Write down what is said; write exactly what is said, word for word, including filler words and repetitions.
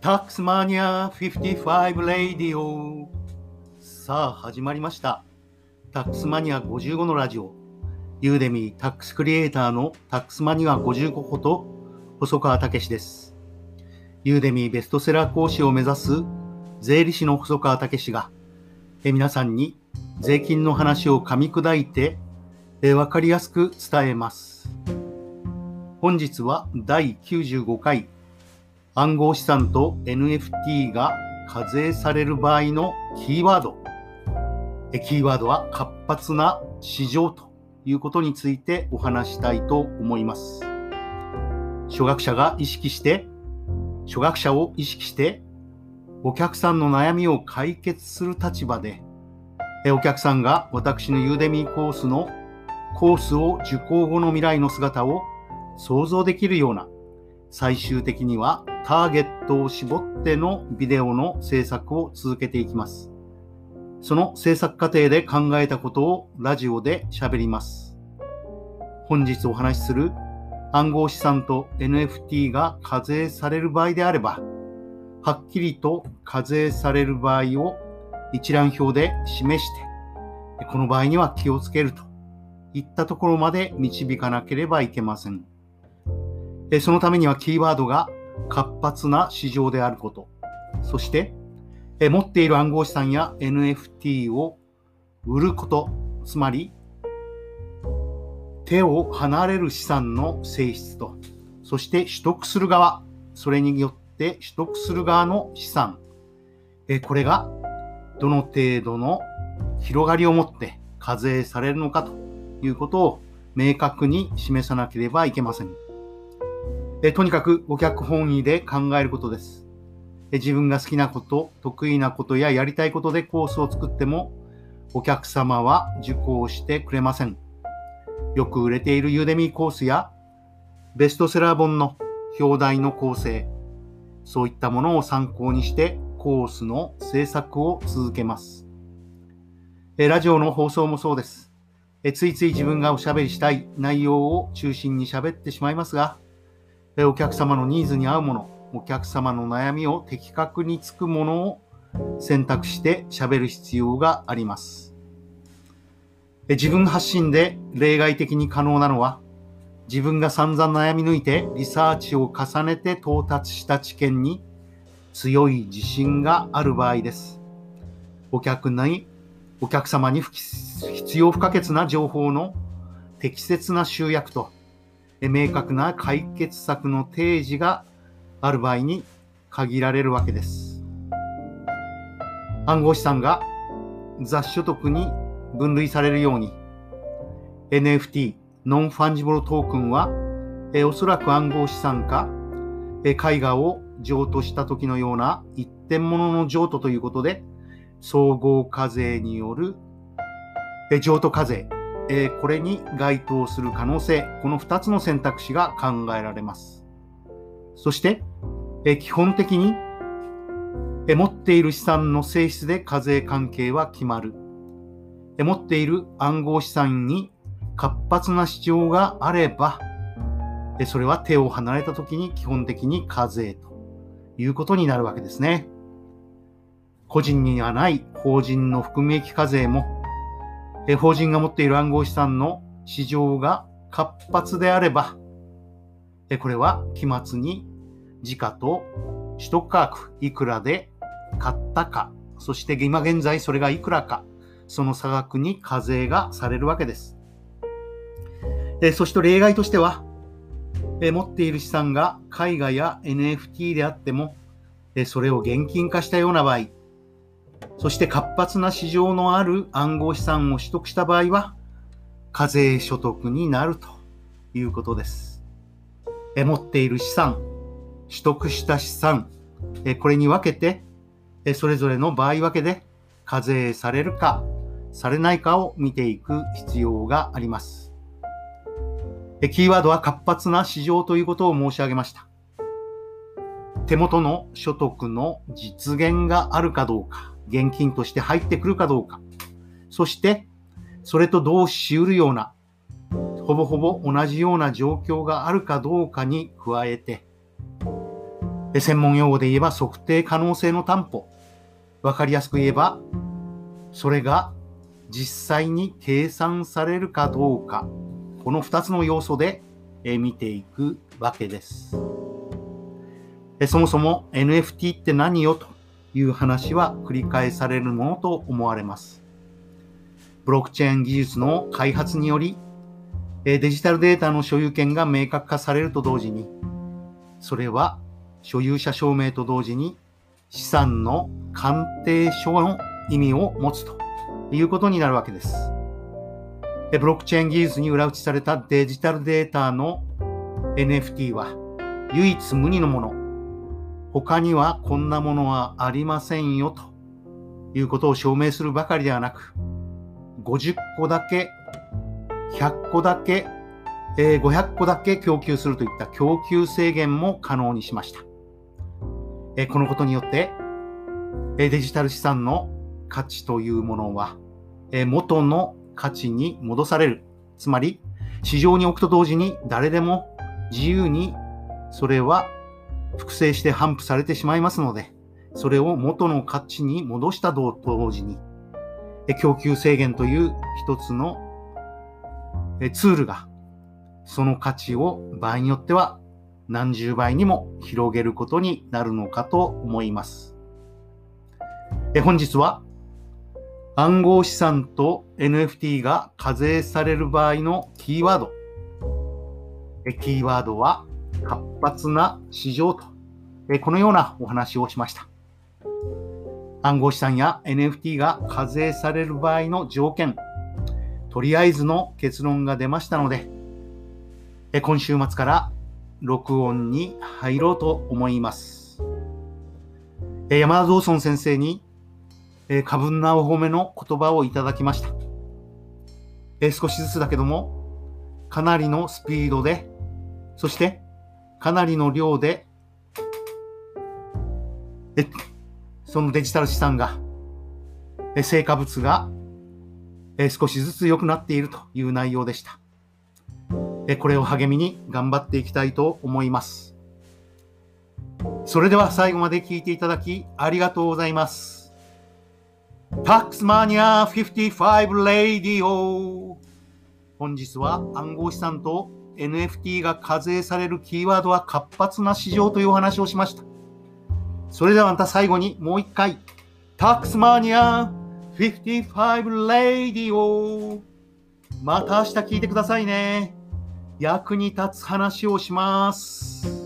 タックスマニアごじゅうごレディオ。さあ始まりました。タックスマニアごじゅうごのラジオ。ユーデミータックスクリエイターのタックスマニアごじゅうごこと細川武です。ユーデミーベストセラー講師を目指す税理士の細川武がえ皆さんに税金の話を噛み砕いてえ分かりやすく伝えます。本日はだいきゅうじゅうごかい暗号資産と エヌエフティー が課税される場合のキーワード。キーワードは活発な市場ということについてお話したいと思います。初学者が意識して、初学者を意識して、お客さんの悩みを解決する立場で、お客さんが私のユーデミーコースのコースを受講後の未来の姿を想像できるような、最終的にはターゲットを絞ってのビデオの制作を続けていきます。その制作過程で考えたことをラジオで喋ります。本日お話しする暗号資産と エヌエフティー が課税される場合であれば、はっきりと課税される場合を一覧表で示して、この場合には気をつけるといったところまで導かなければいけません。そのためにはキーワードが活発な市場であること、そして持っている暗号資産や エヌエフティー を売ること、つまり手を離れる資産の性質と、そして取得する側、それによって取得する側の資産、これがどの程度の広がりを持って課税されるのかということを明確に示さなければいけません。えとにかく顧客本位で考えることです。え自分が好きなこと、得意なことややりたいことでコースを作ってもお客様は受講してくれません。よく売れているユーデミーコースやベストセラー本の表題の構成、そういったものを参考にしてコースの制作を続けます。えラジオの放送もそうです。えついつい自分がおしゃべりしたい内容を中心に喋ってしまいますが、お客様のニーズに合うもの、お客様の悩みを的確につくものを選択して喋る必要があります。自分発信で例外的に可能なのは、自分が散々悩み抜いてリサーチを重ねて到達した知見に強い自信がある場合です。お客に、お客様に必要不可欠な情報の適切な集約と、明確な解決策の提示がある場合に限られるわけです。暗号資産が雑所得に分類されるように エヌエフティー ノンファンジブルトークンはえおそらく暗号資産かえ絵画を譲渡した時のような一点物の譲渡ということで、総合課税によるえ譲渡課税、えー、これに該当する可能性、このふたつの選択肢が考えられます。そして、えー、基本的に、えー、持っている資産の性質で課税関係は決まる。えー、持っている暗号資産に活発な市場があれば、えー、それは手を離れたときに基本的に課税ということになるわけですね。個人にはない法人の含み益課税も、法人が持っている暗号資産の市場が活発であれば、これは期末に時価と取得価格いくらで買ったか、そして今現在それがいくらか、その差額に課税がされるわけです。そして例外としては、持っている資産が絵画や エヌエフティー であっても、それを現金化したような場合、そして活発な市場のある暗号資産を取得した場合は、課税所得になるということです。え持っている資産、取得した資産、えこれに分けてえ、それぞれの場合分けで課税されるか、されないかを見ていく必要があります。えキーワードは活発な市場ということを申し上げました。手元の所得の実現があるかどうか、現金として入ってくるかどうか、そしてそれと同し得るようなほぼほぼ同じような状況があるかどうかに加えて、 専門用語で言えば測定可能性の担保。わかりやすく言えば、それが実際に計算されるかどうか、このふたつの要素で見ていくわけです。そもそも エヌエフティー って何よという話は繰り返されるものと思われます。ブロックチェーン技術の開発により、デジタルデータの所有権が明確化されると同時に、それは所有者証明と同時に資産の鑑定書の意味を持つということになるわけです。ブロックチェーン技術に裏打ちされたデジタルデータの エヌエフティー は唯一無二のもの、他にはこんなものはありませんよということを証明するばかりではなく、ごじゅっこだけ、ひゃっこだけ、えー、ごひゃっこだけ供給するといった供給制限も可能にしました。えー、このことによって、えー、デジタル資産の価値というものは、えー、元の価値に戻される。つまり、市場に置くと同時に誰でも自由にそれは複製して頒布されてしまいますので、それを元の価値に戻したと同時に、供給制限という一つのツールが、その価値を場合によっては何十倍にも広げることになるのかと思います。本日は暗号資産と エヌエフティー が課税される場合のキーワード。キーワードは活発な市場と、このようなお話をしました。暗号資産や エヌエフティー が課税される場合の条件、とりあえずの結論が出ましたので、今週末から録音に入ろうと思います。山田道尊先生に過分なお褒めの言葉をいただきました。少しずつだけども、かなりのスピードで、そしてかなりの量で、そのデジタル資産が、成果物が少しずつ良くなっているという内容でした。これを励みに頑張っていきたいと思います。それでは最後まで聞いていただきありがとうございます。タックスマニアごじゅうごレディオ。本日は暗号資産と エヌエフティー が課税されるキーワードは活発な市場というお話をしました。それではまた最後にもう一回、タックスマニアごじゅうごレディオ。また明日聞いてくださいね。役に立つ話をします。